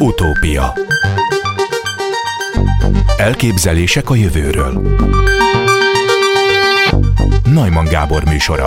Utópia. Elképzelések a jövőről. Neumann Gábor műsora.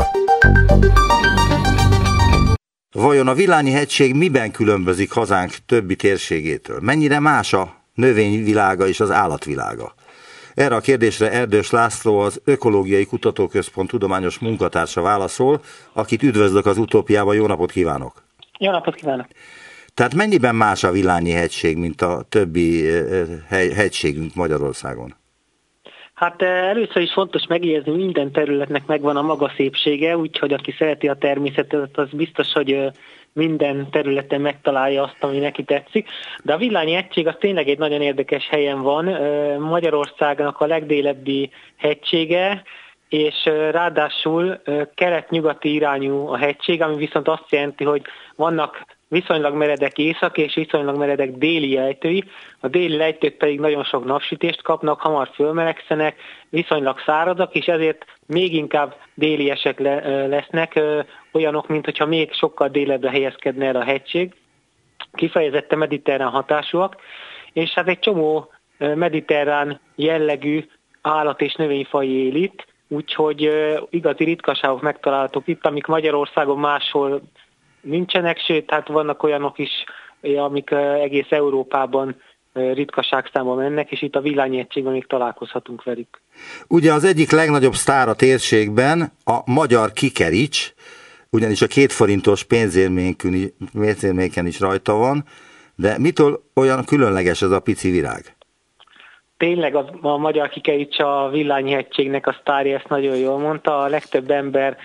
Vajon a Villányi-hegység miben különbözik hazánk többi térségétől? Mennyire más a növényvilága és az állatvilága? Erre a kérdésre Erdős László, az Ökológiai Kutatóközpont tudományos munkatársa válaszol, akit üdvözlök az Utópiában. Jó napot kívánok! Jó napot kívánok! Tehát mennyiben más a Villányi-hegység, mint a többi hegységünk Magyarországon? Hát először is fontos megjegyezni, hogy minden területnek megvan a maga szépsége, úgyhogy aki szereti a természetet, az biztos, hogy minden területen megtalálja azt, ami neki tetszik. De a Villányi-hegység az tényleg egy nagyon érdekes helyen van, Magyarországnak a legdélebbi hegysége, és ráadásul kelet-nyugati irányú a hegység, ami viszont azt jelenti, hogy vannak viszonylag meredek északi és viszonylag meredek déli lejtői. A déli lejtők pedig nagyon sok napsütést kapnak, hamar fölmelegszenek, viszonylag szárazak, és ezért még inkább déliesek lesznek, olyanok, mint hogyha még sokkal délebbre helyezkedne el a hegység. Kifejezetten mediterrán hatásúak, és hát egy csomó mediterrán jellegű állat- és növényfaj él itt, úgyhogy igazi ritkaságok megtalálhatók itt, amik Magyarországon máshol nincsenek, sőt, hát vannak olyanok is, amik egész Európában ritkaságszámban mennek, és itt a Villányi-hegységben még találkozhatunk velük. Ugye az egyik legnagyobb sztár a térségben a magyar kikerics, ugyanis a 2 forintos pénzérméken is rajta van, de mitől olyan különleges ez a pici virág? Tényleg a magyar kikerics a Villányi-hegységnek a sztárja, ezt nagyon jól mondta. A legtöbb ember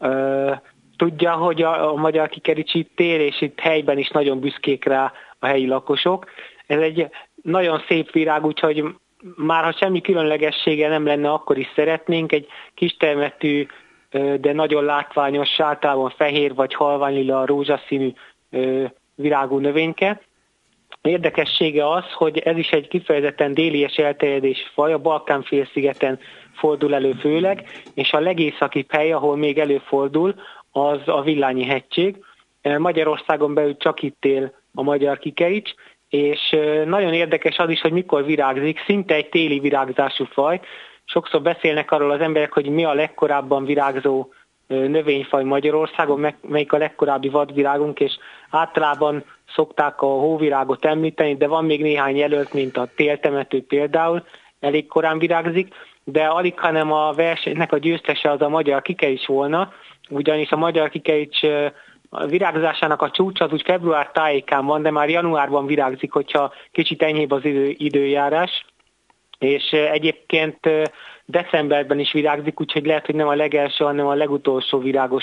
tudja, hogy a magyar kikerics itt él, és itt helyben is nagyon büszkék rá a helyi lakosok. Ez egy nagyon szép virág, úgyhogy már ha semmi különlegessége nem lenne, akkor is szeretnénk egy kistermetű, de nagyon látványos, általában fehér vagy halványlila rózsaszínű virágú növényke. Érdekessége az, hogy ez is egy kifejezetten délies elterjedésű faj, a Balkán-félszigeten fordul elő főleg, és a legészakibb hely, ahol még előfordul, az a Villányi-hegység. Magyarországon belül csak itt él a magyar kikerics, és nagyon érdekes az is, hogy mikor virágzik, szinte egy téli virágzású faj. Sokszor beszélnek arról az emberek, hogy mi a legkorábban virágzó növényfaj Magyarországon, melyik a legkorábbi vadvirágunk, és általában szokták a hóvirágot említeni, de van még néhány jelölt, mint a téltemető például, elég korán virágzik, de alig, hanem a versenynek a győztese az a magyar kikerics volna, ugyanis a magyar kikerics virágzásának a csúcsa az úgy február tájékán van, de már januárban virágzik, hogyha kicsit enyhébb az időjárás, és egyébként decemberben is virágzik, úgyhogy lehet, hogy nem a legelső, hanem a legutolsó virágos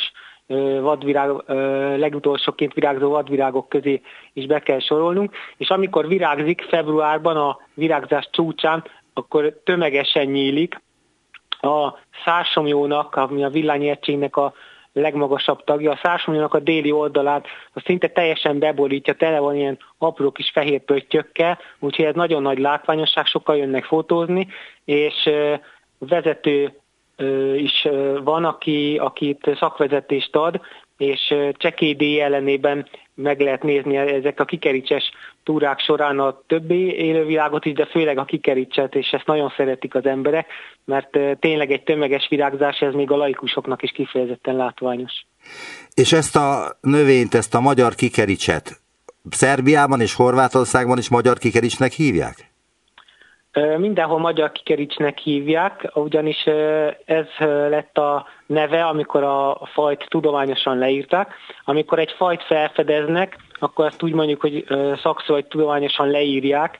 legutolsóként virágzó vadvirágok közé is be kell sorolnunk, és amikor virágzik februárban a virágzás csúcsán, akkor tömegesen nyílik. A szársomlyónak, ami a Villányi-hegységnek a legmagasabb tagja, a szársomlyónak a déli oldalát az szinte teljesen beborítja, tele van ilyen apró kis fehér pöttyökkel, úgyhogy ez nagyon nagy látványosság, sokan jönnek fotózni, és vezető is van, akit szakvezetést ad, és csekély díj ellenében meg lehet nézni ezek a kikericses túrák során a többi élővilágot is, de főleg a kikericset, és ezt nagyon szeretik az emberek, mert tényleg egy tömeges virágzás, ez még a laikusoknak is kifejezetten látványos. És ezt a növényt, ezt a magyar kikericset Szerbiában és Horvátországban is magyar kikericsnek hívják? Mindenhol magyar kikericsnek hívják, ugyanis ez lett a neve, amikor a fajt tudományosan leírták. Amikor egy fajt felfedeznek, akkor azt úgy mondjuk, hogy szakszóval tudományosan leírják,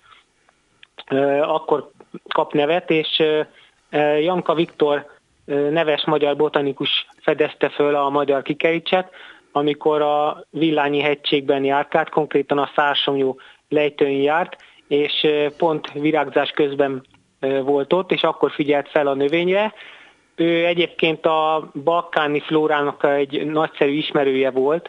akkor kap nevet, és Janka Viktor neves magyar botanikus fedezte föl a magyar kikericset, amikor a Villányi-hegységben járkált, konkrétan a szársomlyó lejtőn járt, és pont virágzás közben volt ott, és akkor figyelt fel a növényre. Ő egyébként a balkáni flórának egy nagyszerű ismerője volt,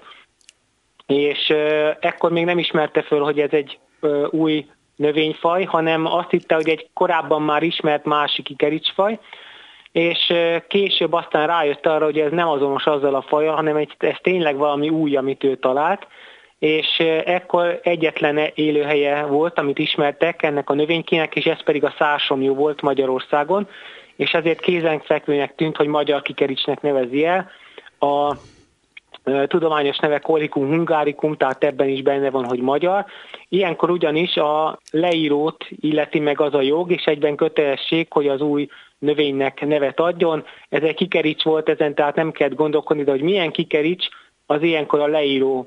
és ekkor még nem ismerte föl, hogy ez egy új növényfaj, hanem azt hitte, hogy egy korábban már ismert másik kikericsfaj, és később aztán rájött arra, hogy ez nem azonos azzal a fajjal, hanem ez tényleg valami új, amit ő talált, és ekkor egyetlen élőhelye volt, amit ismertek ennek a növénykének, és ez pedig a szársomlyó volt Magyarországon, és ezért kézenfekvőnek tűnt, hogy magyar kikericsnek nevezi el. A tudományos neve Corycum hungarikum, tehát ebben is benne van, hogy magyar. Ilyenkor ugyanis a leírót illeti meg az a jog, és egyben kötelesség, hogy az új növénynek nevet adjon. Ez egy kikerics volt ezen, tehát nem kellett gondolkodni, de hogy milyen kikerics, az ilyenkor a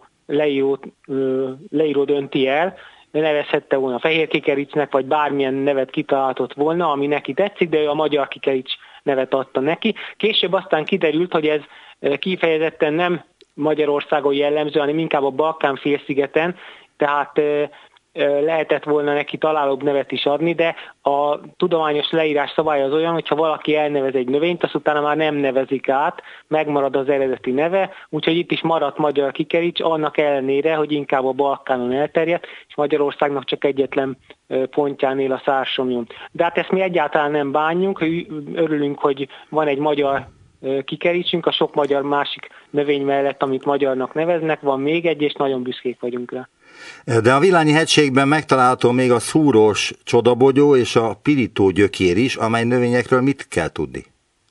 leíró dönti el, nevezhette volna fehér kikericsnek, vagy bármilyen nevet kitaláltott volna, ami neki tetszik, de ő a magyar kikerics nevet adta neki. Később aztán kiderült, hogy ez kifejezetten nem Magyarországon jellemző, hanem inkább a Balkán-félszigeten, tehát lehetett volna neki találóbb nevet is adni, de a tudományos leírás szabály az olyan, hogyha valaki elnevez egy növényt, azt utána már nem nevezik át, megmarad az eredeti neve, úgyhogy itt is maradt magyar kikerics, annak ellenére, hogy inkább a Balkánon elterjedt, és Magyarországnak csak egyetlen pontján él a szársomlyón. De hát ezt mi egyáltalán nem bánjunk, örülünk, hogy van egy magyar kikericsünk, a sok magyar másik növény mellett, amit magyarnak neveznek, van még egy, és nagyon büszkék vagyunk rá. De a Villányi-hegységben megtalálható még a szúrós csodabogyó és a pirító gyökér is, amely növényekről mit kell tudni?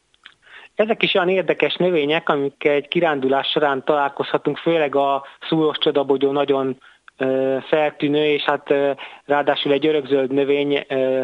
Ezek is olyan érdekes növények, amikkel egy kirándulás során találkozhatunk, főleg a szúrós csodabogyó nagyon feltűnő, és hát ráadásul egy örökzöld növény,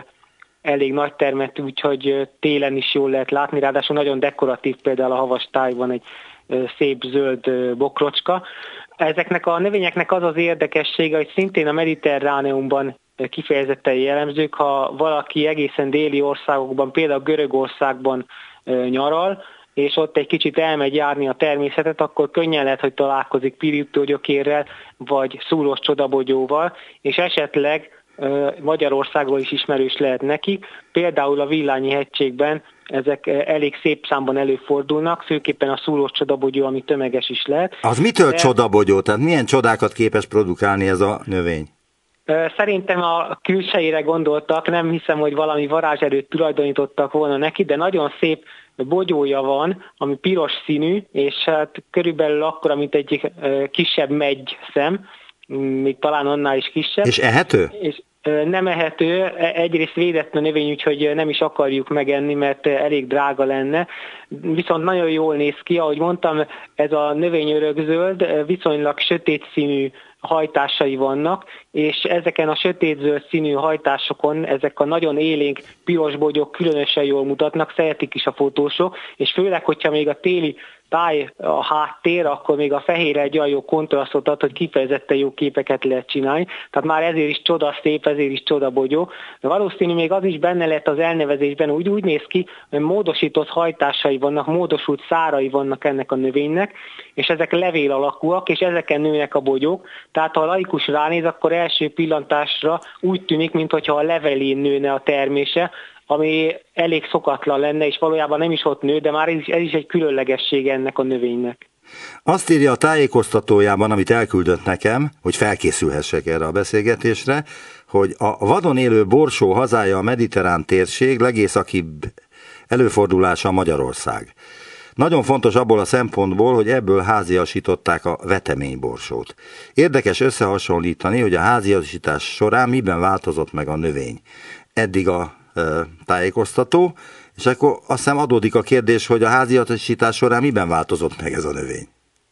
elég nagy termetű, úgyhogy télen is jól lehet látni, ráadásul nagyon dekoratív, például a havastájban egy szép zöld bokrocska. Ezeknek a növényeknek az az érdekessége, hogy szintén a Mediterráneumban kifejezetten jellemzők, ha valaki egészen déli országokban, például Görögországban nyaral, és ott egy kicsit elmegy járni a természetet, akkor könnyen lehet, hogy találkozik pirítógyökérrel, vagy szúrós csodabogyóval, és esetleg Magyarországról is ismerős lehet nekik. Például a Villányi-hegységben ezek elég szép számban előfordulnak, főképpen a szúrós csodabogyó, ami tömeges is lehet. Az mitől csodabogyó? Tehát milyen csodákat képes produkálni ez a növény? Szerintem a külsejére gondoltak, nem hiszem, hogy valami varázserőt tulajdonítottak volna neki, de nagyon szép bogyója van, ami piros színű, és hát körülbelül akkora, mint egy kisebb meggyszem, még talán annál is kisebb. És ehető? És nem ehető, egyrészt védett a növény, úgyhogy nem is akarjuk megenni, mert elég drága lenne. Viszont nagyon jól néz ki, ahogy mondtam, ez a növény örökzöld, viszonylag sötét színű hajtásai vannak, és ezeken a sötétzöld színű hajtásokon ezek a nagyon élénk piros bogyók különösen jól mutatnak, szeretik is a fotósok, és főleg, hogyha még a téli táj a háttér, akkor még a fehérre egy olyan jó kontrasztot ad, hogy kifejezetten jó képeket lehet csinálni. Tehát már ezért is csoda szép, ezért is csoda bogyó. De valószínű még az is benne lett az elnevezésben, úgy néz ki, hogy módosított hajtásai vannak, módosult szárai vannak ennek a növénynek, és ezek levél alakúak, és ezeken nőnek a bogyók. Tehát ha a laikus ránéz, akkor első pillantásra úgy tűnik, mintha a levelén nőne a termése, ami elég szokatlan lenne, és valójában nem is ott nő, de már ez is egy különlegessége ennek a növénynek. Azt írja a tájékoztatójában, amit elküldött nekem, hogy felkészülhessek erre a beszélgetésre, hogy a vadon élő borsó hazája a mediterrán térség, legészakibb előfordulása Magyarország. Nagyon fontos abból a szempontból, hogy ebből háziasították a veteményborsót. Érdekes összehasonlítani, hogy a háziasítás során miben változott meg a növény. Eddig a tájékoztató, és akkor azt hiszem adódik a kérdés, hogy a háziasítás során miben változott meg ez a növény?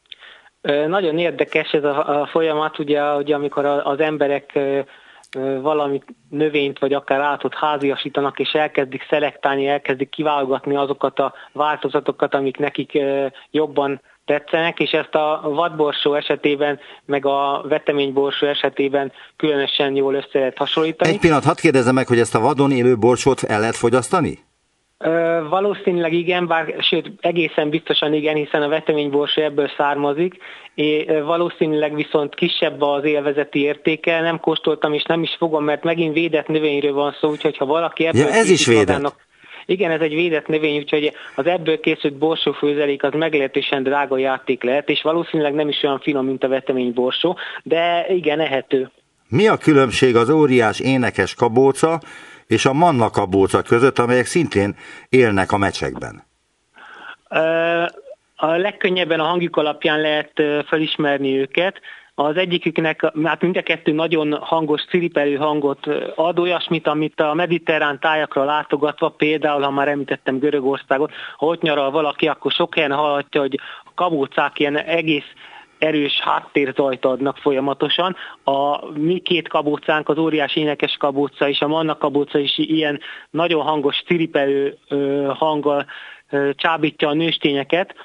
Nagyon érdekes ez a folyamat, ugye, hogy amikor az emberek valami növényt, vagy akár állatot háziasítanak, és elkezdik szelektálni, elkezdik kiválogatni azokat a változatokat, amik nekik jobban tetszenek, és ezt a vadborsó esetében, meg a veteményborsó esetében különösen jól össze lehet hasonlítani. Egy pillanat, hadd kérdezzem meg, hogy ezt a vadon élő borsót el lehet fogyasztani? Valószínűleg igen, sőt egészen biztosan igen, hiszen a veteményborsó ebből származik, és valószínűleg viszont kisebb az élvezeti értéke, nem kóstoltam és nem is fogom, mert megint védett növényről van szó, úgyhogy ha valaki ebből... Ja, ez is védett. Igen, ez egy védett növény, úgyhogy az ebből készült borsófőzelék az meglehetősen drága játék lehet, és valószínűleg nem is olyan finom, mint a veteményborsó, de igen, ehető. Mi a különbség az óriás énekes kabóca és a manna kabóca között, amelyek szintén élnek a mecsekben? A legkönnyebben a hangjuk alapján lehet felismerni őket. Az egyiküknek, hát mind a kettő nagyon hangos, ciripelő hangot ad, olyasmit, amit a mediterrán tájakra látogatva, például, ha már említettem Görögországot, ha ott nyaral valaki, akkor sok helyen hallhatja, hogy a kabócák ilyen egész erős háttérzajt adnak folyamatosan. A mi két kabócánk, az óriási énekes kabóca és a manna kabóca is ilyen nagyon hangos, ciripelő hanggal csábítja a nőstényeket,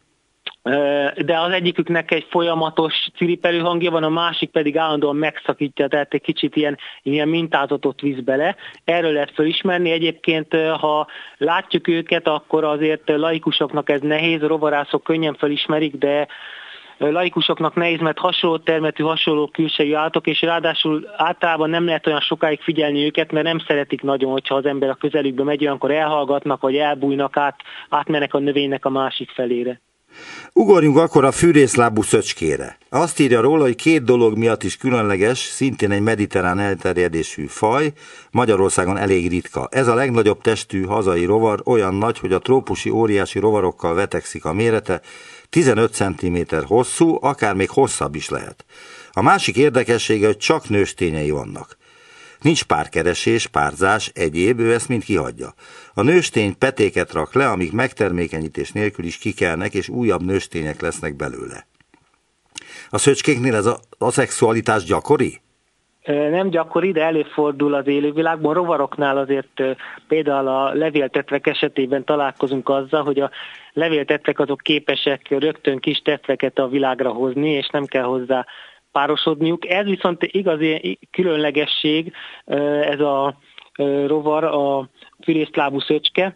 de az egyiküknek egy folyamatos ciripelő hangja van, a másik pedig állandóan megszakítja, tehát egy kicsit ilyen mintázatot visz bele. Erről lehet felismerni. Egyébként, ha látjuk őket, akkor azért laikusoknak ez nehéz, rovarászok könnyen felismerik, de laikusoknak nehéz, mert hasonló termetű, hasonló külsejű állatok, és ráadásul általában nem lehet olyan sokáig figyelni őket, mert nem szeretik nagyon, hogyha az ember a közelükbe megy, olyankor elhallgatnak, vagy elbújnak, átmennek a növénynek a másik felére. Ugorjunk akkor a fűrészlábú szöcskére. Azt írja róla, hogy 2 dolog miatt is különleges, szintén egy mediterrán elterjedésű faj, Magyarországon elég ritka. Ez a legnagyobb testű hazai rovar, olyan nagy, hogy a trópusi óriási rovarokkal vetekszik a mérete, 15 cm hosszú, akár még hosszabb is lehet. A másik érdekessége, hogy csak nőstényei vannak. Nincs párkeresés, párzás, egyéb, ő ezt mind kihagyja. A nőstény petéket rak le, amik megtermékenyítés nélkül is kikelnek, és újabb nőstények lesznek belőle. A szöcskéknél ez az aszexualitás gyakori? Nem gyakori, de előfordul az élővilágban. Rovaroknál azért például a levéltetvek esetében találkozunk azzal, hogy a levéltetvek azok képesek rögtön kis tetveket a világra hozni, és nem kell hozzá párosodniuk. Ez viszont igazi különlegesség, ez a rovar, a fűrészlábú szöcske,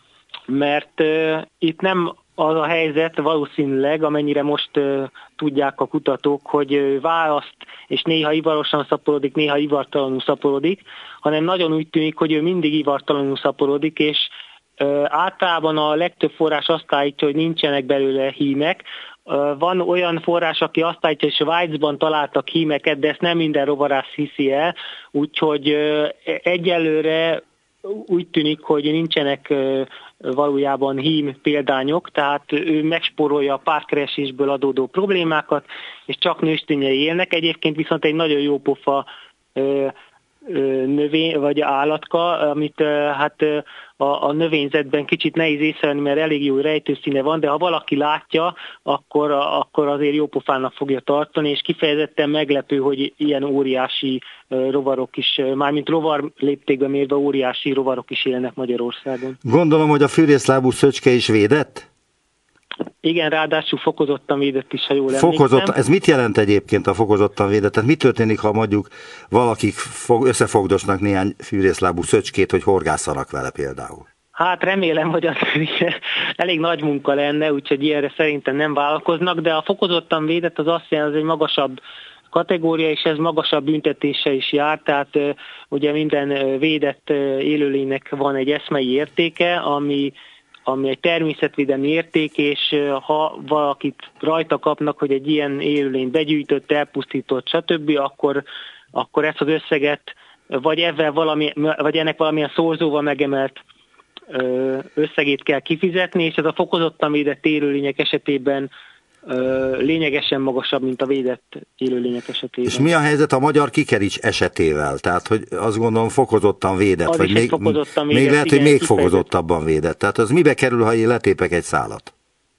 mert itt nem az a helyzet valószínűleg, amennyire most tudják a kutatók, hogy választ, és néha ivarosan szaporodik, néha ivartalanul szaporodik, hanem nagyon úgy tűnik, hogy ő mindig ivartalanul szaporodik, és általában a legtöbb forrás azt állítja, hogy nincsenek belőle hímek. Van olyan forrás, aki azt állítja, hogy Svájcban találtak hímeket, de ezt nem minden rovarász hiszi el, úgyhogy egyelőre úgy tűnik, hogy nincsenek valójában hím példányok, tehát ő megspórolja a párkeresésből adódó problémákat, és csak nőstényei élnek. Egyébként viszont egy nagyon jó pofa növény vagy állatka, amit hát a növényzetben kicsit nehéz észrevenni, mert elég jó rejtőszíne van, de ha valaki látja, akkor azért jó pofának fogja tartani, és kifejezetten meglepő, hogy ilyen óriási rovarok is, mármint rovar léptékben mérve óriási rovarok is élnek Magyarországon. Gondolom, hogy a fűrészlábú szöcske is védett? Igen, ráadásul fokozottan védett is, ha jól emlékszem. Ez mit jelent egyébként a fokozottan védett? Tehát mi történik, ha mondjuk valakik összefogdosnak néhány fűrészlábú szöcskét, hogy horgászanak vele például? Hát remélem, hogy az elég nagy munka lenne, úgyhogy ilyenre szerintem nem vállalkoznak, de a fokozottan védett az azt jelenti, hogy egy magasabb kategória, és ez magasabb büntetése is jár, tehát ugye minden védett élőlénynek van egy eszmei értéke, ami egy természetvédelmi érték, és ha valakit rajta kapnak, hogy egy ilyen élőlényt begyűjtött, elpusztított, stb., akkor ezt az összeget vagy ennek valamilyen szorzóval megemelt összegét kell kifizetni, és ez a fokozottan védett élőlények esetében lényegesen magasabb, mint a védett élőlények esetében. És mi a helyzet a magyar kikerics esetével? Tehát, hogy azt gondolom fokozottan védett, az vagy még védett, lehet, hogy még fokozottabban védett. Tehát az mibe kerül, ha én letépek egy szálat?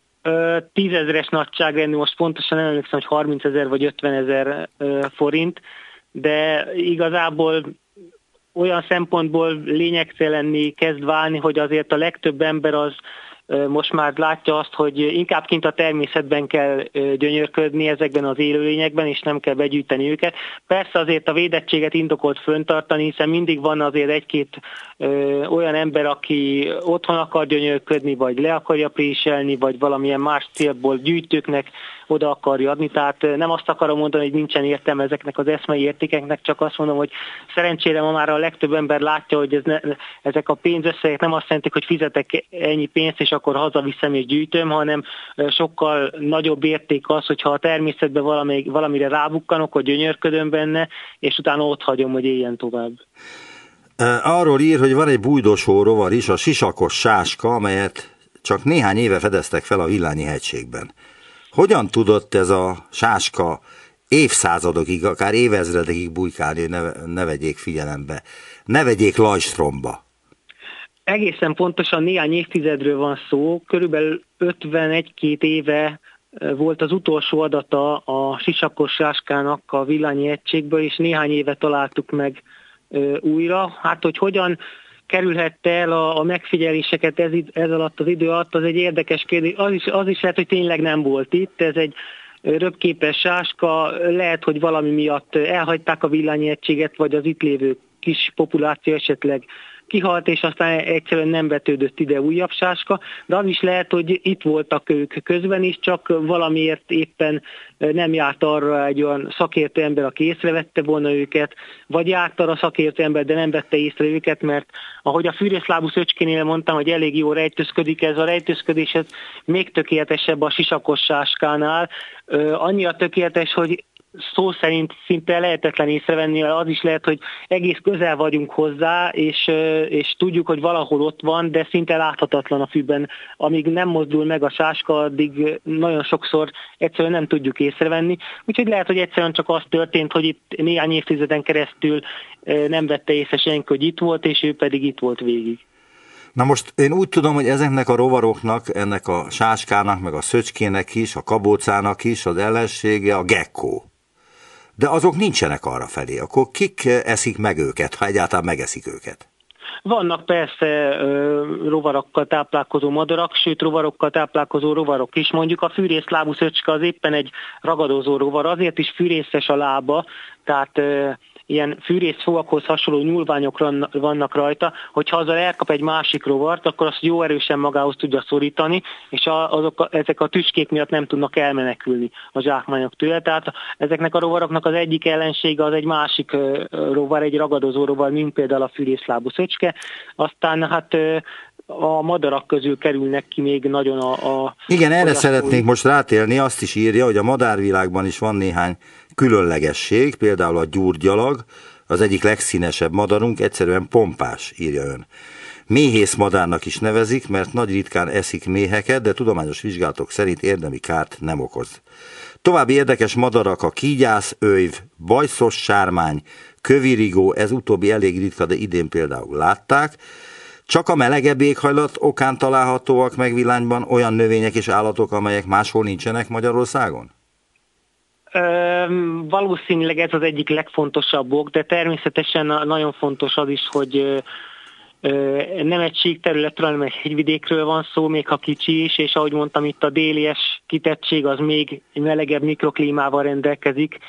10 000-es nagyságrendű, most pontosan nem emlékszem, hogy 30 000 vagy 50 000 forint, de igazából olyan szempontból lényegtelenné kezd válni, hogy azért a legtöbb ember az most már látja azt, hogy inkább kint a természetben kell gyönyörködni ezekben az élőlényekben, és nem kell begyűjteni őket. Persze azért a védettséget indokolt föntartani, hiszen mindig van azért egy-két olyan ember, aki otthon akar gyönyörködni, vagy le akarja préselni, vagy valamilyen más célból gyűjtőknek oda akarja adni. Tehát nem azt akarom mondani, hogy nincsen értelme ezeknek az eszmei értékeknek, csak azt mondom, hogy szerencsére ma már a legtöbb ember látja, hogy ezek a pénzösszegek nem azt jelentik, hogy fizetek ennyi pénzt, és akkor hazaviszem és gyűjtöm, hanem sokkal nagyobb érték az, hogyha a természetben valamire rábukkanok, hogy gyönyörködöm benne, és utána ott hagyom, hogy éljen tovább. Arról ír, hogy van egy bújdosó rovar is, a sisakos sáska, amelyet csak néhány éve fedeztek fel a Villányi hegységben. Hogyan tudott ez a sáska évszázadokig, akár évezredekig bujkálni, hogy ne vegyék figyelembe. Ne vegyék lajstromba. Egészen pontosan néhány évtizedről van szó, körülbelül 51-2 éve volt az utolsó adata a sisakos sáskának a villányi egységből, és néhány éve találtuk meg újra. Hát, hogy hogyan kerülhette el a megfigyeléseket ez alatt az idő alatt, az egy érdekes kérdés. Az is lehet, hogy tényleg nem volt itt. Ez egy röpképes sáska, lehet, hogy valami miatt elhagyták a villányi egységet, vagy az itt lévő kis populáció esetleg kihalt, és aztán egyszerűen nem vetődött ide újabb sáska, de az is lehet, hogy itt voltak ők közben is, csak valamiért éppen nem járt arra egy olyan szakértő ember, aki észrevette volna őket, vagy járt arra szakértő ember, de nem vette észre őket, mert ahogy a fűrészlábú szöcskénél mondtam, hogy elég jó rejtőzködik, ez a rejtőzködés ez még tökéletesebb a sisakos sáskánál, annyira tökéletes, hogy szó szerint szinte lehetetlen észrevenni, az is lehet, hogy egész közel vagyunk hozzá, és tudjuk, hogy valahol ott van, de szinte láthatatlan a fűben. Amíg nem mozdul meg a sáska, addig nagyon sokszor egyszerűen nem tudjuk észrevenni. Úgyhogy lehet, hogy egyszerűen csak az történt, hogy itt néhány évtizeden keresztül nem vette észre senki, hogy itt volt, és ő pedig itt volt végig. Na most én úgy tudom, hogy ezeknek a rovaroknak, ennek a sáskának, meg a szöcskének is, a kabócának is az ellensége a gekkó. De azok nincsenek arra felé, akkor kik eszik meg őket, ha egyáltalán megeszik őket? Vannak persze rovarokkal táplálkozó madarak, sőt rovarokkal táplálkozó rovarok is. Mondjuk a fűrészlábú szöcske az éppen egy ragadozó rovar, azért is fűrészes a lába, tehát ilyen fűrészfogakhoz hasonló nyúlványok vannak rajta, hogyha azzal elkap egy másik rovart, akkor azt jó erősen magához tudja szorítani, és ezek a tüskék miatt nem tudnak elmenekülni a zsákmányok tőle. Tehát ezeknek a rovaroknak az egyik ellensége az egy másik rovar, egy ragadozó rovar, mint például a fűrészlábú szöcske. Aztán hát a madarak közül kerülnek ki még nagyon Igen, erre szeretnék most rátérni, azt is írja, hogy a madárvilágban is van néhány különlegesség, például a gyurgyalag, az egyik legszínesebb madarunk, egyszerűen pompás, írja ön. Méhészmadárnak is nevezik, mert nagy ritkán eszik méheket, de tudományos vizsgálatok szerint érdemi kárt nem okoz. További érdekes madarak a kígyász, öjv, bajszos sármány, kövirigó, ez utóbbi elég ritka, de idén például látták. Csak a melegebb éghajlat okán találhatóak meg villányban olyan növények és állatok, amelyek máshol nincsenek Magyarországon? Valószínűleg ez az egyik legfontosabb ok, de természetesen nagyon fontos az is, hogy nem egy síkterületről, hanem egy hegyvidékről van szó, még ha kicsi is, és ahogy mondtam, itt a délies kitettség az még melegebb mikroklímával rendelkezik.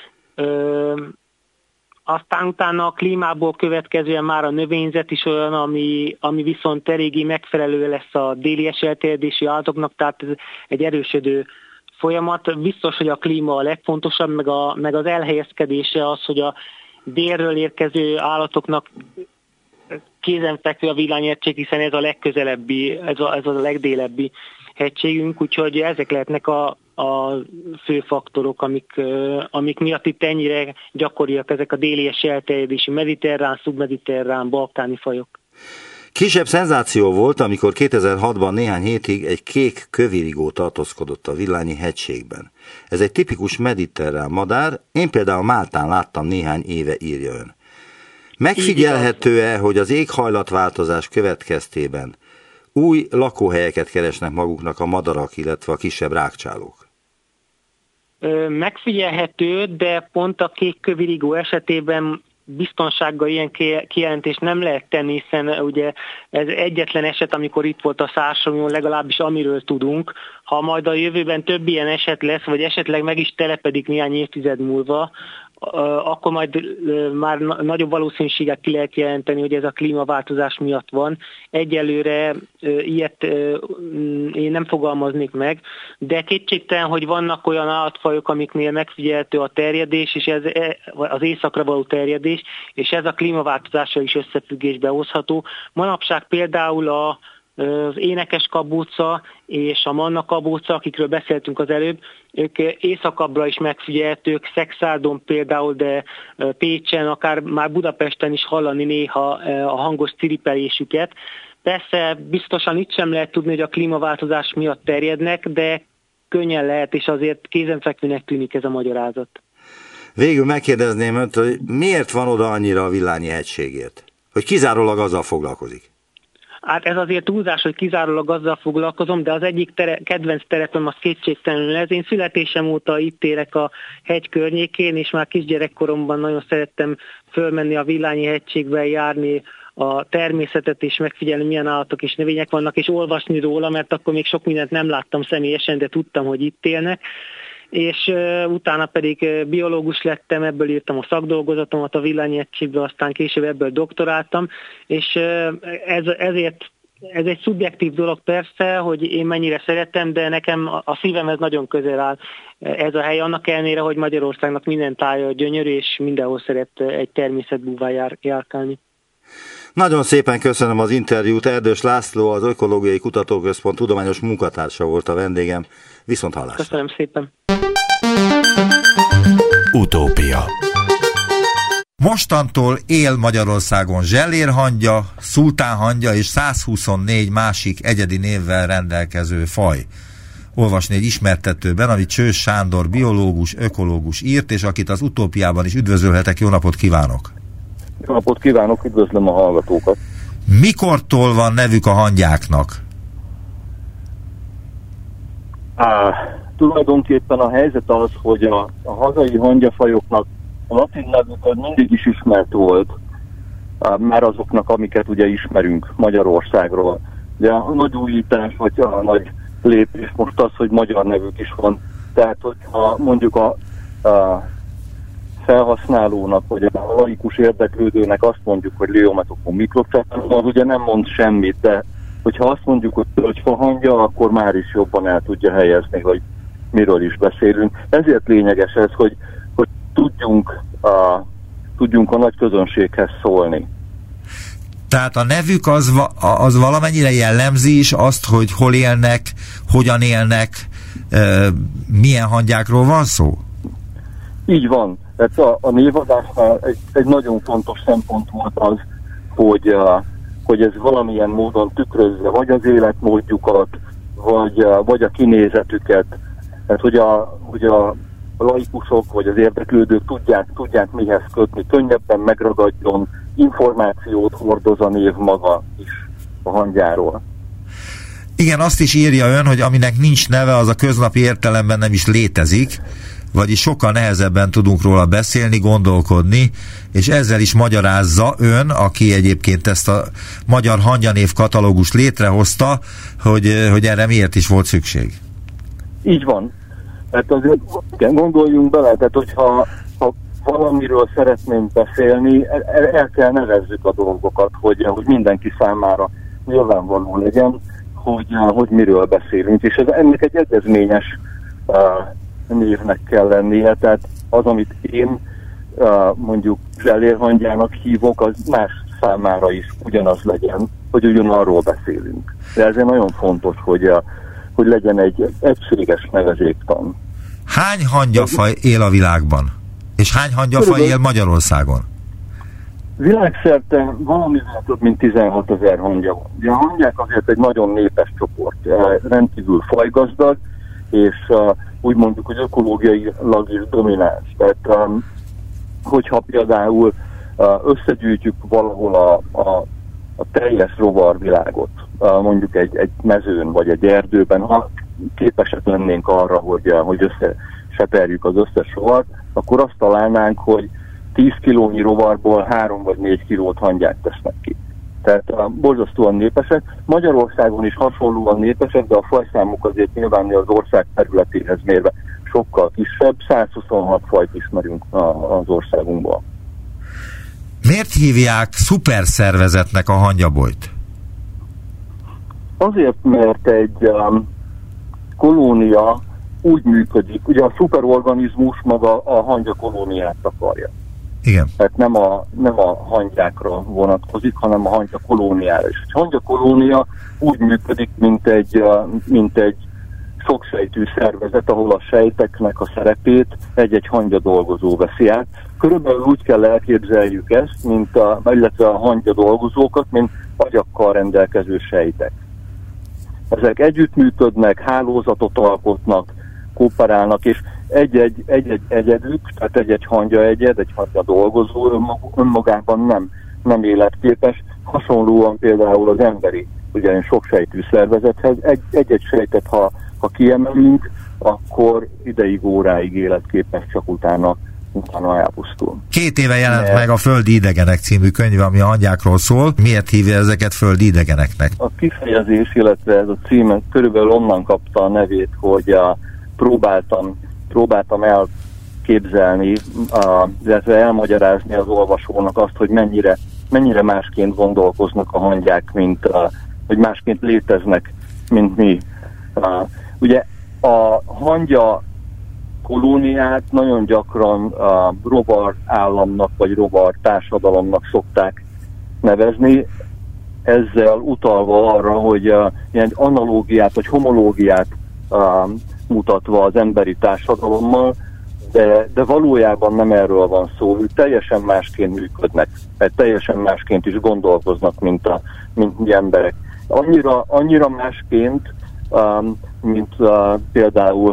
Aztán utána a klímából következően már a növényzet is olyan, ami viszont eléggé megfelelő lesz a délies elterjedési állatoknak, tehát ez egy erősödő folyamat. Biztos, hogy a klíma a legfontosabb, meg az elhelyezkedése az, hogy a délről érkező állatoknak kézenfekvő a villányegység, hiszen ez a legközelebbi, ez a legdélebbi hegységünk, úgyhogy ezek lehetnek a fő faktorok, amik miatt itt ennyire gyakoriak ezek a délies elterjedési mediterrán, szubmediterrán, balkáni fajok. Kisebb szenzáció volt, amikor 2006-ban néhány hétig egy kék kövirigó tartózkodott a Villányi hegységben. Ez egy tipikus mediterrán madár, én például Máltán láttam néhány éve, írja ön. Megfigyelhető-e, hogy az éghajlatváltozás következtében új lakóhelyeket keresnek maguknak a madarak, illetve a kisebb rágcsálók? Megfigyelhető, de pont a kék kövirigó esetében biztonsággal ilyen kijelentést nem lehet tenni, hiszen ugye ez egyetlen eset, amikor itt volt a Szársonyon, legalábbis amiről tudunk. Ha majd a jövőben több ilyen eset lesz, vagy esetleg meg is telepedik néhány évtized múlva, akkor majd már nagyobb valószínűséggel ki lehet jelenteni, hogy ez a klímaváltozás miatt van. Egyelőre ilyet én nem fogalmaznék meg, de kétségtelen, hogy vannak olyan állatfajok, amiknél megfigyelhető a terjedés, és ez az északra való terjedés, és ez a klímaváltozással is összefüggésbe hozható. Manapság például az énekes kabóca és a manna kabóca, akikről beszéltünk az előbb, ők északabbra is megfigyelhetők, Szexárdon például, de Pécsen, akár már Budapesten is hallani néha a hangos ciripelésüket. Persze biztosan itt sem lehet tudni, hogy a klímaváltozás miatt terjednek, de könnyen lehet, és azért kézenfekvőnek tűnik ez a magyarázat. Végül megkérdezném önt, hogy miért van oda annyira a Villányi hegységért? Hogy kizárólag azzal foglalkozik? Hát ez azért túlzás, hogy kizárólag azzal foglalkozom, de az egyik kedvenc terepem az kétségtelenül ez. Én születésem óta itt élek a hegy környékén, és már kisgyerekkoromban nagyon szerettem fölmenni a Villányi hegységbe, járni a természetet, és megfigyelni, milyen állatok és növények vannak, és olvasni róla, mert akkor még sok mindent nem láttam személyesen, de tudtam, hogy itt élnek. És utána pedig biológus lettem, ebből írtam a szakdolgozatomat a Villányi hegységbe, aztán később ebből doktoráltam, és ezért ez egy szubjektív dolog persze, hogy én mennyire szeretem, de nekem a szívemhez nagyon közel áll ez a hely, annak ellenére, hogy Magyarországnak minden tája gyönyörű, és mindenhol szeret egy természetbúvá járkálni. Nagyon szépen köszönöm az interjút. Erdős László, az Ökológiai Kutatóközpont tudományos munkatársa volt a vendégem. Viszont hallásra. Köszönöm szépen. Utópia. Mostantól él Magyarországon zsellérhangya, szultánhangya és 124 másik egyedi névvel rendelkező faj. Olvasni egy ismertetőben, amit Csős Sándor biológus, ökológus írt, és akit az Utópiában is üdvözölhetek. Jó napot kívánok! Jó napot kívánok, üdvözlöm a hallgatókat! Mikortól van nevük a hangyáknak? Tulajdonképpen a helyzet az, hogy a hazai hangyafajoknak a latin nevük mindig is ismert volt, már azoknak, amiket ugye ismerünk Magyarországról. De a nagy újítás, vagy a nagy lépés most az, hogy magyar nevük is van. Tehát, hogyha mondjuk a felhasználónak, vagy a laikus érdeklődőnek azt mondjuk, hogy Leiometophon microcephalus, az ugye nem mond semmit, de hogyha azt mondjuk, hogy tölgyfahangya, akkor már is jobban el tudja helyezni, hogy miről is beszélünk. Ezért lényeges ez, hogy tudjunk a nagy közönséghez szólni. Tehát a nevük az valamennyire jellemzi is azt, hogy hol élnek, hogyan élnek, milyen hangyákról van szó? Így van. Tehát a névadásnál egy nagyon fontos szempont volt az, hogy ez valamilyen módon tükrözze vagy az életmódjukat, vagy a kinézetüket. Tehát, hogy a laikusok vagy az érdeklődők tudják mihez kötni, könnyebben megragadjon, információt hordoz a név maga is a hangyáról. Igen, azt is írja ön, hogy aminek nincs neve, az a köznapi értelemben nem is létezik, vagyis sokkal nehezebben tudunk róla beszélni, gondolkodni, és ezzel is magyarázza ön, aki egyébként ezt a magyar hangyanév katalógust létrehozta, hogy erre miért is volt szükség. Így van. Tehát azért gondoljunk bele, tehát hogyha valamiről szeretnénk beszélni, el kell nevezzük a dolgokat, hogy mindenki számára nyilvánvaló legyen, hogy miről beszélünk, és ennek egy egyezményes névnek kell lennie, tehát az, amit én mondjuk zsellérhangyának hívok, az más számára is ugyanaz legyen, hogy ugyanarról beszélünk. De ezért nagyon fontos, hogy legyen egy egységes nevezéktan. Hány hangyafaj él a világban? És hány hangyafaj él Magyarországon? Világszerte valamivel több mint 16 000 hangya van. De a hangyák azért egy nagyon népes csoport, rendkívül fajgazdag, és úgy mondjuk, hogy ökológiailag is domináns. Tehát hogyha például összegyűjtjük valahol a teljes rovarvilágot, mondjuk egy mezőn vagy egy erdőben, ha képesek lennénk arra, hogy összeseperjük az összes rovart, akkor azt találnánk, hogy 10 kilónyi rovarból 3 vagy 4 kilót hangyák tesznek ki. Tehát borzasztóan népesek. Magyarországon is hasonlóan népesek, de a fajszámuk azért nyilván az ország területéhez mérve sokkal kisebb. 126 fajt ismerünk az országunkban. Miért hívják szuperszervezetnek a hangyabolyt? Azért, mert egy kolónia úgy működik, ugye a szuperorganizmus maga a hangya kolóniát akarja. Igen. Tehát nem a hangyákra vonatkozik, hanem a hangya kolóniára is. A hangya kolónia úgy működik, mint egy soksejtű szervezet, ahol a sejteknek a szerepét egy-egy hangya dolgozó veszi át. Körülbelül úgy kell elképzeljük ezt, illetve a hangya dolgozókat, mint agyakkal rendelkező sejtek. Ezek együttműködnek, hálózatot alkotnak, kooperálnak, és egy egyedük, tehát egy hangya egy hangya dolgozó önmagában nem életképes. Hasonlóan például az emberi, ugyanis soksejtű szervezethez egy sejtet, ha kiemelünk, akkor ideig, óráig életképes, csak utána elpusztul. 2 éve jelent meg a Földi idegenek című könyv, ami a hangyákról szól. Miért hívja ezeket földi idegeneknek? A kifejezés, illetve ez a cím körülbelül onnan kapta a nevét, hogy próbáltam elképzelni, illetve elmagyarázni az olvasónak azt, hogy mennyire másként gondolkoznak a hangyák, hogy másként léteznek, mint mi. Ugye a hangya kolóniát nagyon gyakran rovar államnak vagy rovar társadalomnak szokták nevezni, ezzel utalva arra, hogy ilyen analógiát vagy homológiát mutatva az emberi társadalommal, de valójában nem erről van szó, ők teljesen másként működnek, mert teljesen másként is gondolkoznak, mint mi emberek. Annyira másként, mint például,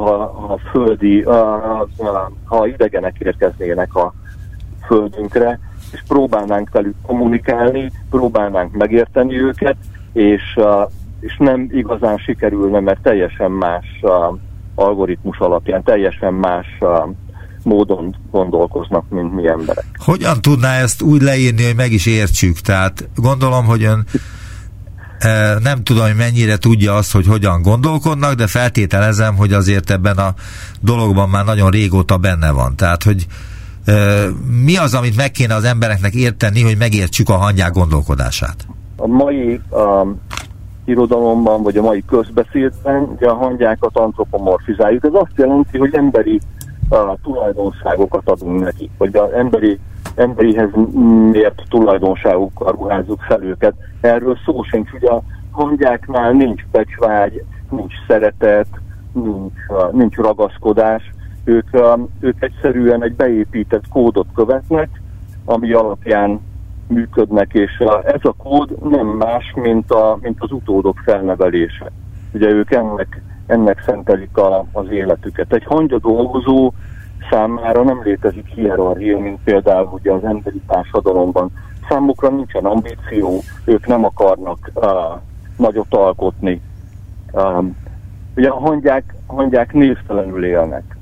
ha idegenek érkeznének a földünkre, és próbálnánk velük kommunikálni, próbálnánk megérteni őket, és nem igazán sikerülne, mert teljesen más algoritmus alapján, teljesen más módon gondolkoznak, mint mi emberek. Hogyan tudná ezt úgy leírni, hogy meg is értsük? Tehát gondolom, hogy ön nem tudom, hogy mennyire tudja azt, hogy hogyan gondolkodnak, de feltételezem, hogy azért ebben a dologban már nagyon régóta benne van. Tehát, hogy mi az, amit meg kéne az embereknek érteni, hogy megértsük a hangyák gondolkodását? A mai irodalomban, vagy a mai közbeszédben ugye a hangyákat antropomorfizáljuk. Ez azt jelenti, hogy emberi tulajdonságokat adunk nekik, vagy az emberihez mért tulajdonságokkal ruházzuk fel őket. Erről szó sincs, ugye a hangyáknál nincs becsvágy, nincs szeretet, nincs ragaszkodás. Ők egyszerűen egy beépített kódot követnek, ami alapján működnek, és ez a kód nem más, mint az utódok felnevelése. Ugye ők ennek szentelik az életüket. Egy hangya dolgozó számára nem létezik hierarchia, mint például ugye az emberi társadalomban. Számukra nincsen ambíció, ők nem akarnak nagyot alkotni. Ugye a hangyák névtelenül élnek.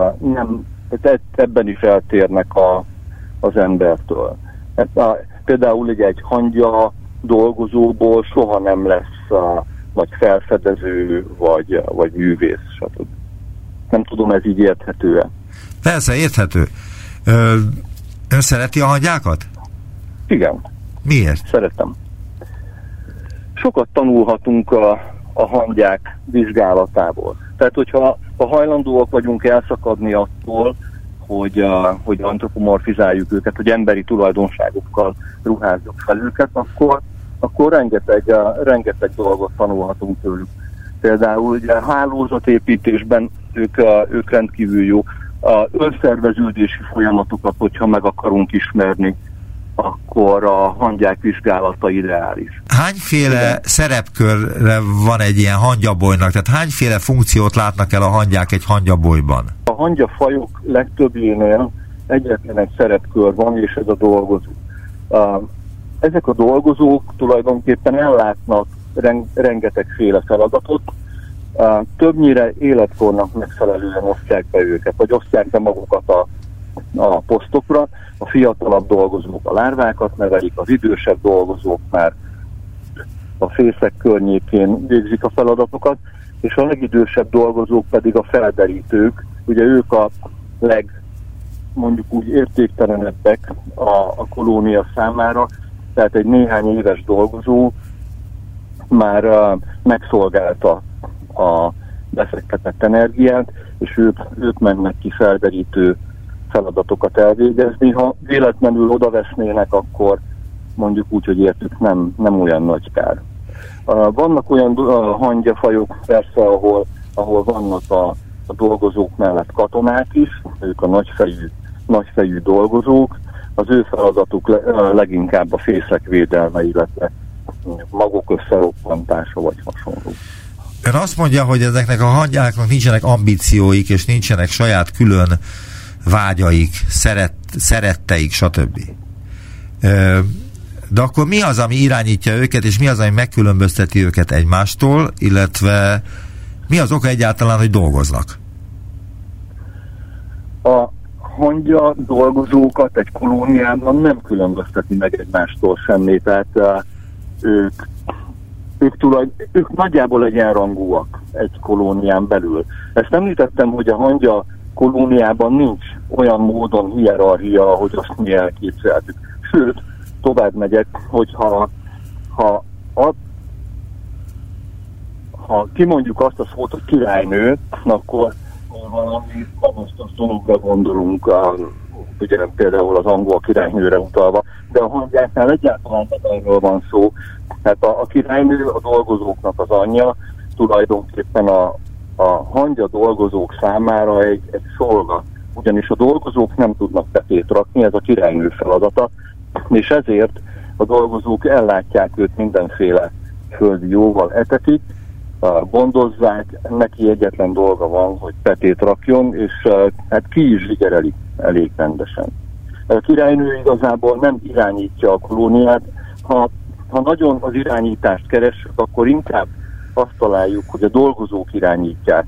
Ebben is eltérnek az embertől. Például egy hangya dolgozóból soha nem lesz vagy felfedező, vagy művész, stb. Nem tudom, ez így érthető-e? Persze, érthető. Ön szereti a hangyákat? Igen. Miért? Szeretem. Sokat tanulhatunk a hangyák vizsgálatából. Tehát, hogyha hajlandóak vagyunk elszakadni attól, hogy antropomorfizáljuk őket, hogy emberi tulajdonságokkal ruházzuk fel őket, akkor rengeteg dolgot tanulhatunk tőlük. Például ugye a hálózatépítésben ők rendkívül jó. A önszerveződési folyamatokat, hogyha meg akarunk ismerni, akkor a hangyák vizsgálata ideális. Hányféle szerepkörre van egy ilyen hangyabolynak? Tehát hányféle funkciót látnak el a hangyák egy hangyabolyban? A hangyafajok legtöbbjénél egyetlen egy szerepkör van, és ez a dolgozó. Ezek a dolgozók tulajdonképpen ellátnak rengetegféle feladatot, többnyire életkornak megfelelően osztják be őket, vagy osztják be magukat a posztokra. A fiatalabb dolgozók a lárvákat nevelik, az idősebb dolgozók már a fészek környékén végzik a feladatokat, és a legidősebb dolgozók pedig a felderítők. Ugye ők a mondjuk úgy értéktelenebbek a kolónia számára, tehát egy néhány éves dolgozó már megszolgálta a befektetett energiát, és ők mennek ki felderítő feladatokat elvégezni. Ha véletlenül odavesznének, akkor mondjuk úgy, hogy értük nem olyan nagy kár. Vannak olyan hangyafajok persze, ahol vannak a dolgozók mellett katonák is, ők a nagyfejű dolgozók, az ő feladatuk leginkább a fészek védelme, illetve magok összeroppantása vagy hasonló. Ön azt mondja, hogy ezeknek a hangyáknak nincsenek ambícióik, és nincsenek saját külön vágyaik, szeretteik, stb. De akkor mi az, ami irányítja őket, és mi az, ami megkülönbözteti őket egymástól, illetve mi az oka egyáltalán, hogy dolgoznak? A hangya dolgozókat egy kolóniában nem különbözteti meg egymástól semmi, tehát ők nagyjából egyenrangúak egy kolónián belül. Ezt említettem, hogy a hangya kolóniában nincs olyan módon hierarchia, ahogy azt mi elképzeltük. Sőt, tovább megyek, hogyha ha kimondjuk azt a szót, hogy királynő, akkor valami magasztos dologra gondolunk, ugye például az angol királynőre utalva, de a hangyáknál egyáltalán erről van szó. Hát a királynő a dolgozóknak az anyja, tulajdonképpen a hangya dolgozók számára egy szolga, ugyanis a dolgozók nem tudnak petét rakni, ez a királynő feladata, és ezért a dolgozók ellátják őt mindenféle földi jóval, etetik, gondozzák, neki egyetlen dolga van, hogy petét rakjon, és hát ki is zsigerelik elég rendesen. A királynő igazából nem irányítja a kolóniát, ha nagyon az irányítást keressük, akkor inkább azt találjuk, hogy a dolgozók irányítják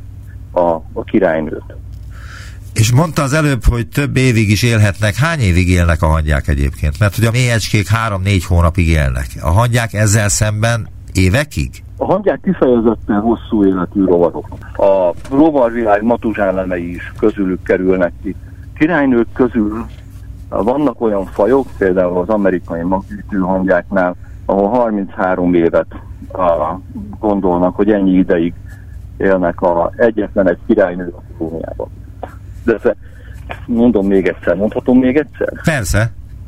a királynőt. És mondta az előbb, hogy több évig is élhetnek. Hány évig élnek a hangyák egyébként? Mert ugye a méhecskék 3-4 hónapig élnek. A hangyák ezzel szemben évekig? A hangyák kifejezetten hosszú életű rovarok. A rovarvilág matuzsálemei is közülük kerülnek ki. Királynők közül vannak olyan fajok, például az amerikai maggyűjtő hangyáknál, ahol 33 évet gondolnak, hogy ennyi ideig élnek egyetlen egy királynő a kolóniában. De mondom még egyszer, mondhatom még egyszer? Persze.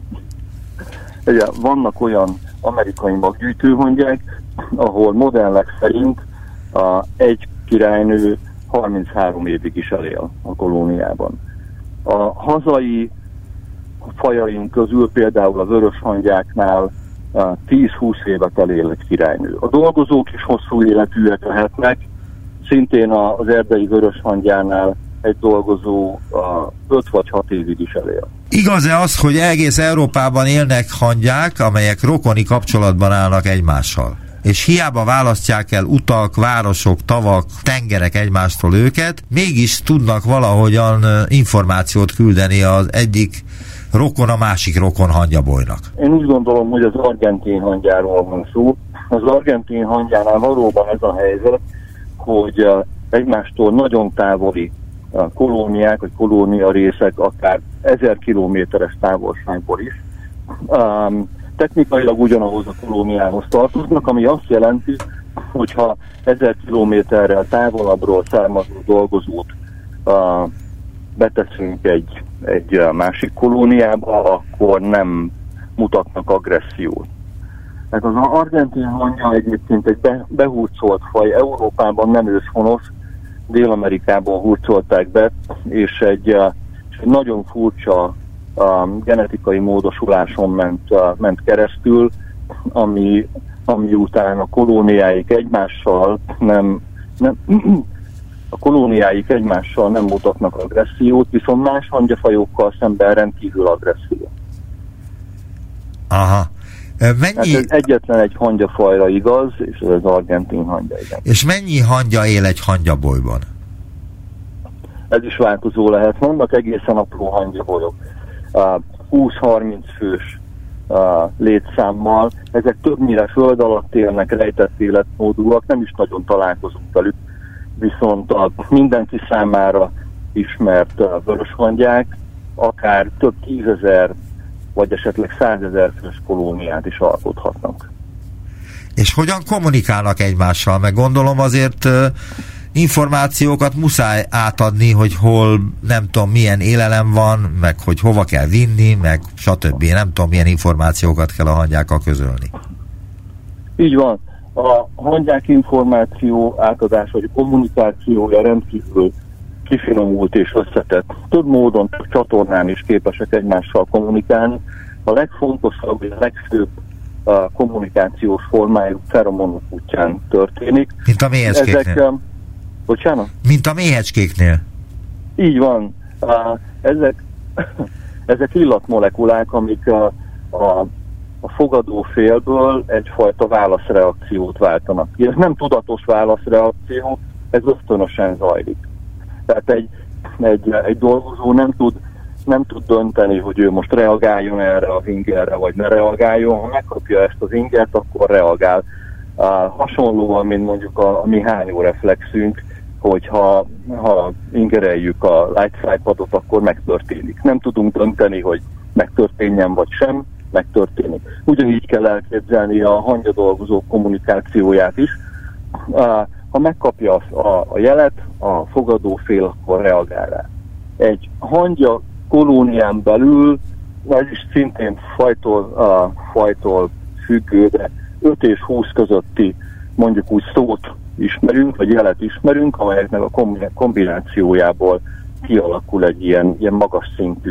Ugye, vannak olyan amerikai maggyűjtő hangyák, ahol modellek szerint egy királynő 33 évig is elél a kolóniában. A hazai fajaink közül például a vörös hangyáknál 10-20 évet elél egy királynő. A dolgozók is hosszú életűek lehetnek, szintén az erdei vörös hangyánál egy dolgozó 5 vagy 6 évig is elél. Igaz-e az, hogy egész Európában élnek hangyák, amelyek rokoni kapcsolatban állnak egymással? És hiába választják el utak, városok, tavak, tengerek egymástól őket, mégis tudnak valahogyan információt küldeni az egyik rokon a másik rokon hangyabolynak. Én úgy gondolom, hogy az argentin hangyáról van szó. Az argentin hangyánál valóban ez a helyzet, hogy egymástól nagyon távoli kolóniák, vagy kolónia részek, akár 1000 kilométeres távolságból is technikailag ugyanahoz a kolóniához tartoznak, ami azt jelenti, hogyha 1000 kilométerrel távolabbról származó dolgozót beteszünk egy másik kolóniába, akkor nem mutatnak agressziót. Tehát az argentin hangya egyébként egy behurcolt faj, Európában nem őshonos, Dél-Amerikában hurcolták be, és egy nagyon furcsa genetikai módosuláson ment keresztül, ami után a kolóniáik egymással nem mutatnak agressziót, viszont más hangyafajokkal szemben rendkívül agresszió. Aha. Hát ez egyetlen egy hangyafajra igaz, és ez az argentin hangya, igen. És mennyi hangya él egy hangyabolyban? Ez is változó lehet. Vannak egészen apró hangyabolyok. 20-30 fős létszámmal. Ezek többnyire föld alatt élnek, rejtett életmódúak, nem is nagyon találkozunk velük. Viszont a mindenki számára ismert vöröshangyák akár több 10 000 vagy esetleg 100 000 fős kolóniát is alkothatnak. És hogyan kommunikálnak egymással? Meg gondolom azért információkat muszáj átadni, hogy hol, nem tudom, milyen élelem van, meg hogy hova kell vinni, meg stb. Nem tudom, milyen információkat kell a hangyákkal közölni. Így van. A hangyák információ átadás, vagy kommunikációja rendkívül kifinomult és összetett. Több módon, több csatornán is képesek egymással kommunikálni. A legfontosabb, a legfőbb kommunikációs formájuk feromonok útján történik. Mint a méhecskéknél. Bocsánat? Mint a méhecskéknél. Így van. Ezek illatmolekulák, amik a fogadó félből egyfajta válaszreakciót váltanak. Ez nem tudatos válaszreakció, ez ösztönösen zajlik. Tehát egy dolgozó nem tud dönteni, hogy ő most reagáljon erre az ingerre, vagy ne reagáljon. Ha megkapja ezt az ingert, akkor reagál. Hasonlóan, mint mondjuk a mi hányóreflexünk, hogyha ingereljük a light padot, akkor megtörténik. Nem tudunk dönteni, hogy megtörténjen vagy sem, megtörténik. Ugyanígy kell elképzelni a hangyadolgozók kommunikációját is. Ha megkapja a jelet, a fogadófél, akkor reagál rá. Egy hangya kolónián belül, ez is szintén fajtól függő, de 5 és 20 közötti mondjuk úgy szót ismerünk, vagy jelet ismerünk, amelyeknek a kombinációjából kialakul egy ilyen magas szintű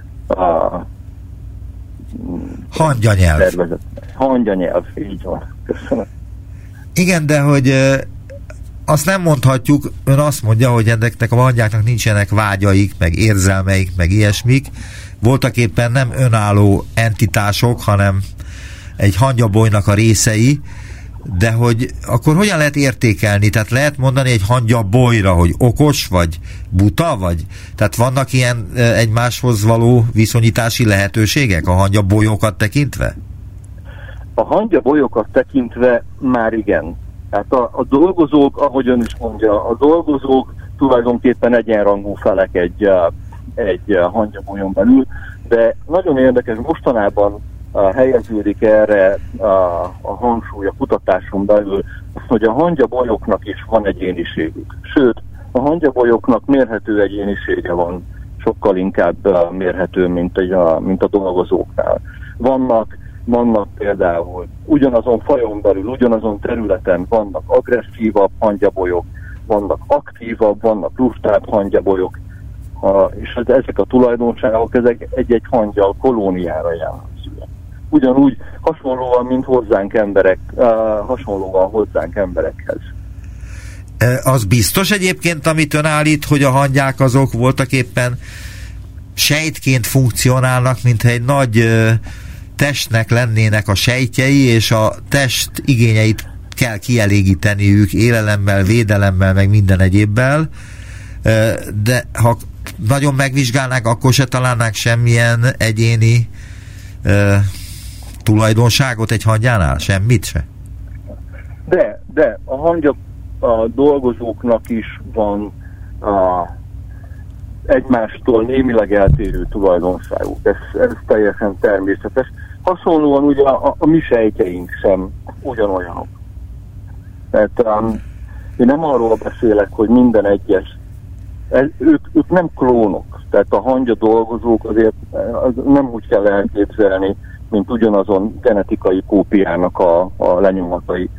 hangyanyelv. Tervezet. Hangyanyelv, így van. Köszönöm. Igen, de hogy azt nem mondhatjuk, ön azt mondja, hogy ezeknek a hangyáknak nincsenek vágyaik, meg érzelmeik, meg ilyesmik. Voltak éppen nem önálló entitások, hanem egy hangyabolynak a részei, de hogy akkor hogyan lehet értékelni? Tehát lehet mondani egy hangyabolyra, hogy okos, vagy buta, vagy? Tehát vannak ilyen egymáshoz való viszonyítási lehetőségek a hangyabolyokat tekintve? A hangyabolyokat tekintve már igen. Tehát a dolgozók, ahogy ön is mondja, a dolgozók tulajdonképpen egyenrangú felek egy hangyabolyon belül, de nagyon érdekes, mostanában helyeződik erre a hangsúly a kutatáson belül, hogy a hangyabolyoknak is van egyéniségük. Sőt, a hangyabolyoknak mérhető egyénisége van, sokkal inkább mérhető, mint a dolgozóknál. Vannak például ugyanazon fajon belül, ugyanazon területen vannak agresszívabb hangyabolyok, vannak aktívabb, vannak lustább hangyabolyok, és ezek a tulajdonságok ezek egy-egy hangyal kolóniára jellemzőek. Ugyanúgy hasonlóan, mint hozzánk emberekhez. Az biztos egyébként, amit ön állít, hogy a hangyák azok voltak éppen sejtként funkcionálnak, mintha egy nagy testnek lennének a sejtjei, és a test igényeit kell kielégíteniük élelemmel, védelemmel, meg minden egyébbel, de ha nagyon megvizsgálnák, akkor se találnák semmilyen egyéni tulajdonságot egy hangyánál? Semmit se? De a dolgozóknak is van egymástól némileg eltérő tulajdonságuk. Ez teljesen természetes. Hasonlóan ugye a mi sejtjeink sem ugyanolyanok. Tehát én nem arról beszélek, hogy minden egyes, ők nem klónok. Tehát a hangya dolgozók azért nem úgy kell elképzelni, mint ugyanazon genetikai kópiának a lenyomatai.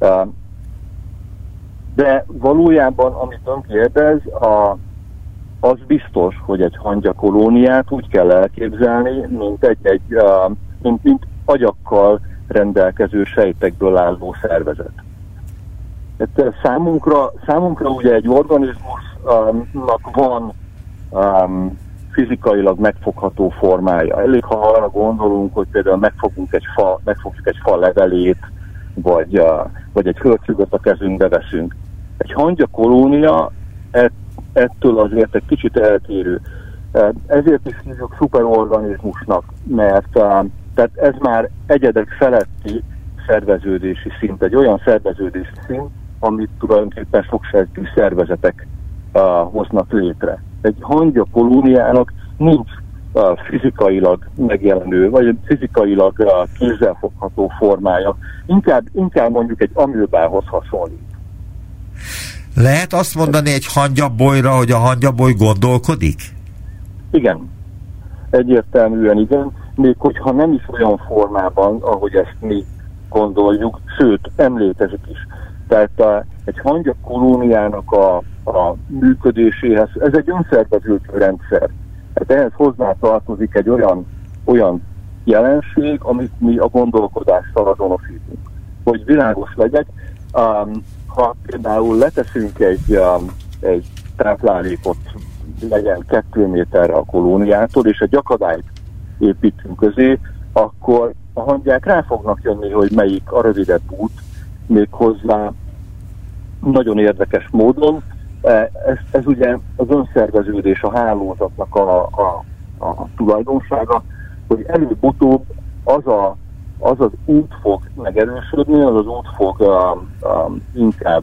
De valójában, amit ön kérdez, az biztos, hogy egy hangya kolóniát úgy kell elképzelni, mint agyakkal rendelkező sejtekből álló szervezet. Tehát számunkra ugye egy organizmusnak van fizikailag megfogható formája. Elég, ha arra gondolunk, hogy például megfogjuk egy fa levelét, vagy egy hörcsögöt a kezünkbe veszünk. Egy hangya kolónia ettől azért egy kicsit eltérő. Ezért is hívjuk szuperorganizmusnak, mert tehát ez már egyedek feletti szerveződési szint, egy olyan szerveződési szint, amit tulajdonképpen soksejtű szervezetek hoznak létre. Egy hangya kolóniának nincs fizikailag megjelenő, vagy fizikailag kézzelfogható formája. Inkább mondjuk egy amőbához hasonlít. Lehet azt mondani egy hangyabolyra, hogy a hangyaboly gondolkodik? Igen. Egyértelműen igen. Még hogyha nem is olyan formában, ahogy ezt mi gondoljuk, sőt, emlékezik is. Tehát egy hangya kolóniának a működéséhez, ez egy önszerveződő rendszer. Tehát ehhez hozzá tartozik egy olyan jelenség, amit mi a gondolkodással azonosítunk. Hogy világos legyek, ha például leteszünk egy táplálékot, legyen 2 méterre a kolóniától, és egy akadályt építünk közé, akkor a hangyák rá fognak jönni, hogy melyik a rövidebb út, méghozzá nagyon érdekes módon. Ez ugye az önszerveződés, a hálózatnak a tulajdonsága, hogy előbb-utóbb az út fog megerősödni, az út fog inkább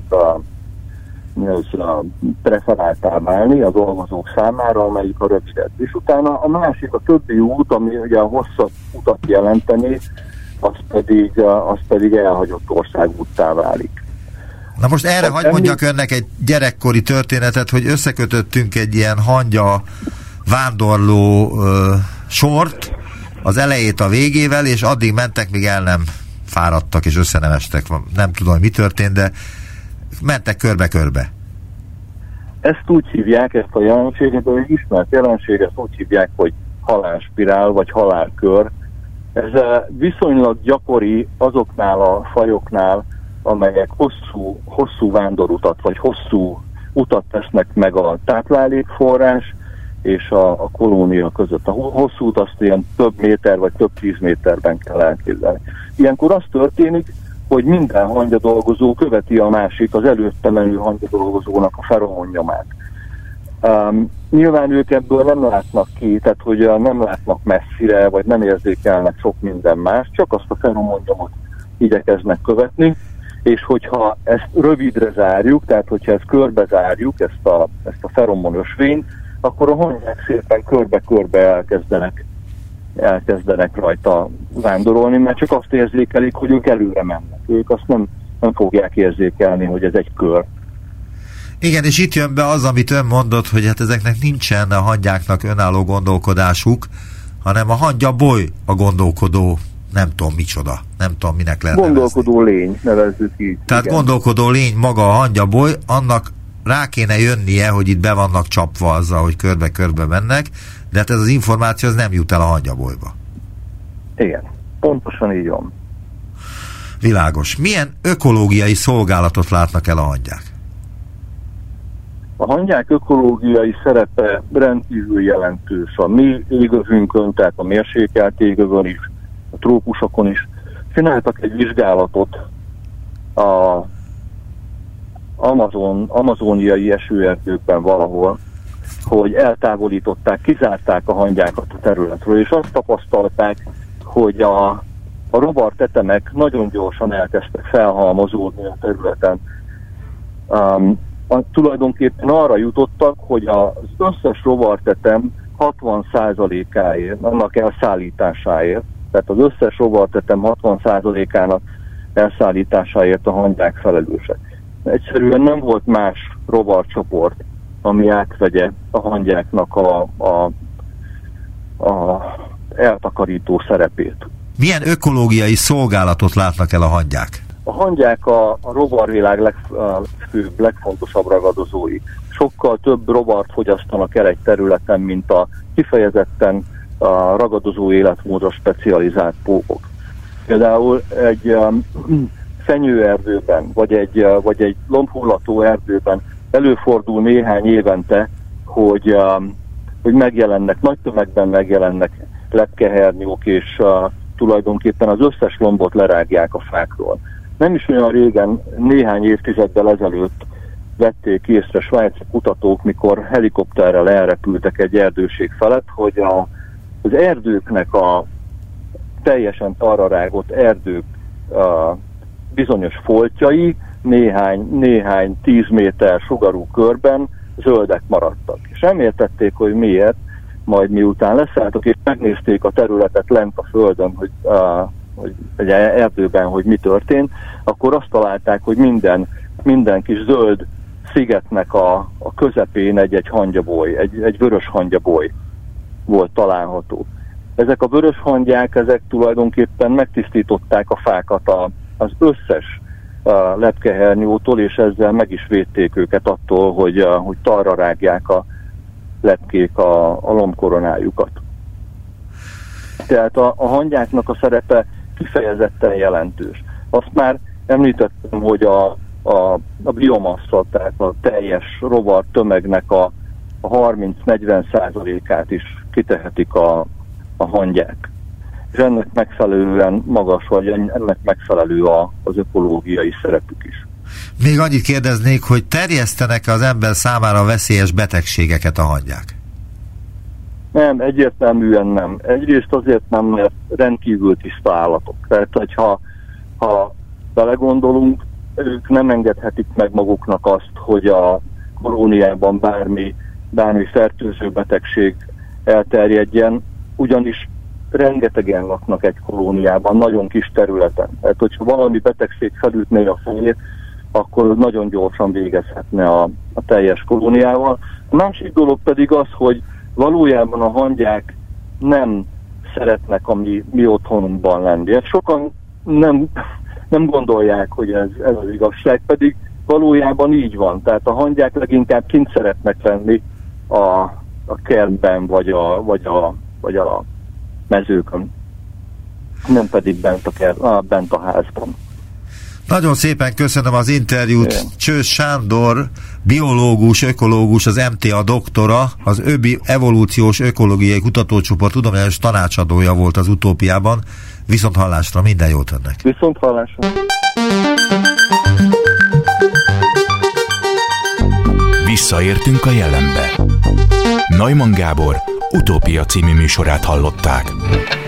preferáltá válni a dolgozók számára, amelyik a rövidebb. És utána a másik, a többi út, ami ugye a hosszabb utat jelenteni, az pedig elhagyott országúttá válik. Na most erre hadd mondjak önnek egy gyerekkori történetet, hogy összekötöttünk egy ilyen hangya vándorló sort, az elejét a végével, és addig mentek, míg el nem fáradtak és összenemestek. Nem tudom, mi történt, de mentek körbe-körbe. Ezt úgy hívják, ezt a jelenséget, egy ismert jelenség, ezt úgy hívják, hogy halálspirál, vagy halálkör. Ez viszonylag gyakori azoknál a fajoknál, amelyek hosszú vándorutat, vagy hosszú utat tesznek meg a táplálékforrás és a kolónia között. A hosszú út azt ilyen több méter, vagy több 10 méterben kell elképzelni. Ilyenkor az történik, hogy minden hangyadolgozó követi a másik, az előtte menő hangyadolgozónak a feromonnyomát. Nyilván ők ebből nem látnak ki, tehát hogy nem látnak messzire, vagy nem érzékelnek sok minden más, csak azt a feromonnyomot igyekeznek követni, és hogyha ezt rövidre zárjuk, tehát hogyha ezt körbe zárjuk, ezt a feromon ösvényt, akkor a hangyák szépen körbe-körbe elkezdenek rajta vándorolni, mert csak azt érzékelik, hogy ők előre mennek. Ők azt nem fogják érzékelni, hogy ez egy kör. Igen, és itt jön be az, amit ön mondott, hogy hát ezeknek nincsen a hangyáknak önálló gondolkodásuk, hanem a hangyaboly a gondolkodó, nem tudom micsoda, nem tudom minek lehet gondolkodó lény, nevezzük így. Tehát igen. Gondolkodó lény maga a hangyaboly, annak rá kéne jönnie, hogy itt be vannak csapva azzal, hogy körbe-körbe mennek, de hát ez az információ az nem jut el a hangyabolyba. Igen, pontosan így van. Világos. Milyen ökológiai szolgálatot látnak el a hangyák? A hangyák ökológiai szerepe rendkívül jelentős. A mi égövünkön, tehát a mérsékelt égövön is, a trópusokon is. Csináltak egy vizsgálatot a amazóniai esőerdőkben valahol, hogy eltávolították, kizárták a hangyákat a területről, és azt tapasztalták, hogy a rovartetemek nagyon gyorsan elkezdtek felhalmozódni a területen. Tulajdonképpen arra jutottak, hogy az összes rovartetem 60%-áért, annak elszállításáért, tehát az összes rovartetem 60%-ának elszállításáért a hangyák felelősek. Egyszerűen nem volt más rovarcsoport, ami átvegye a hangyáknak a eltakarító szerepét. Milyen ökológiai szolgálatot látnak el a hangyák? A hangyák a rovarvilág legfontosabb ragadozói. Sokkal több rovart fogyasztanak el egy területen, mint a kifejezetten a ragadozó életmódra specializált pókok. Például egy fenyőerdőben, vagy egy lombhullató erdőben előfordul néhány évente, hogy megjelennek, nagy tömegben megjelennek lepkehernyók, és tulajdonképpen az összes lombot lerágják a fákról. Nem is olyan régen, néhány évtizeddel ezelőtt vették észre svájci kutatók, mikor helikopterrel elrepültek egy erdőség felett, hogy az erdőknek a teljesen tarrarágott erdők bizonyos foltjai néhány 10 méter sugarú körben zöldek maradtak. És nem értették, hogy miért, majd miután leszálltak és megnézték a területet lent a földön, hogy egy erdőben, hogy mi történt, akkor azt találták, hogy minden kis zöld szigetnek a közepén egy hangyaboly, egy vörös hangyaboly volt található. Ezek a vörös hangyák, ezek tulajdonképpen megtisztították a fákat az összes lepkehernyótól, és ezzel meg is védték őket attól, hogy talra rágják a lepkék a lombkoronájukat. Tehát a hangyáknak a szerepe kifejezetten jelentős. Azt már említettem, hogy a biomassa, tehát a teljes rovar tömegnek a 30-40%-át is kitehetik a hangyák. És ennek megfelelően magas, vagy ennek megfelelő az ökológiai szerepük is. Még annyit kérdeznék, hogy terjesztenek az ember számára veszélyes betegségeket a hangyák? Nem, egyértelműen nem. Egyrészt azért nem, mert rendkívül tiszta állatok. Tehát, hogyha belegondolunk, ők nem engedhetik meg maguknak azt, hogy a kolóniában bármi fertőző betegség elterjedjen, ugyanis rengetegen laknak egy kolóniában, nagyon kis területen. Tehát, hogyha valami betegség felütné a fejét, akkor nagyon gyorsan végezhetne a teljes kolóniával. A másik dolog pedig az, hogy valójában a hangyák nem szeretnek a mi otthonunkban lenni. Sokan nem gondolják, hogy ez az igazság, pedig valójában így van. Tehát a hangyák leginkább kint szeretnek lenni a kertben, vagy a mezőkön, nem pedig bent a házban. Nagyon szépen köszönöm az interjút. Igen. Csős Sándor, biológus, ökológus, az MTA doktora, az ÖBI Evolúciós Ökológiai Kutatócsoport tudományos tanácsadója volt az Utópiában. Viszont hallásra, minden jót önnek! Viszont hallásra! Visszaértünk a jelenbe. Neumann Gábor Utópia című műsorát hallották.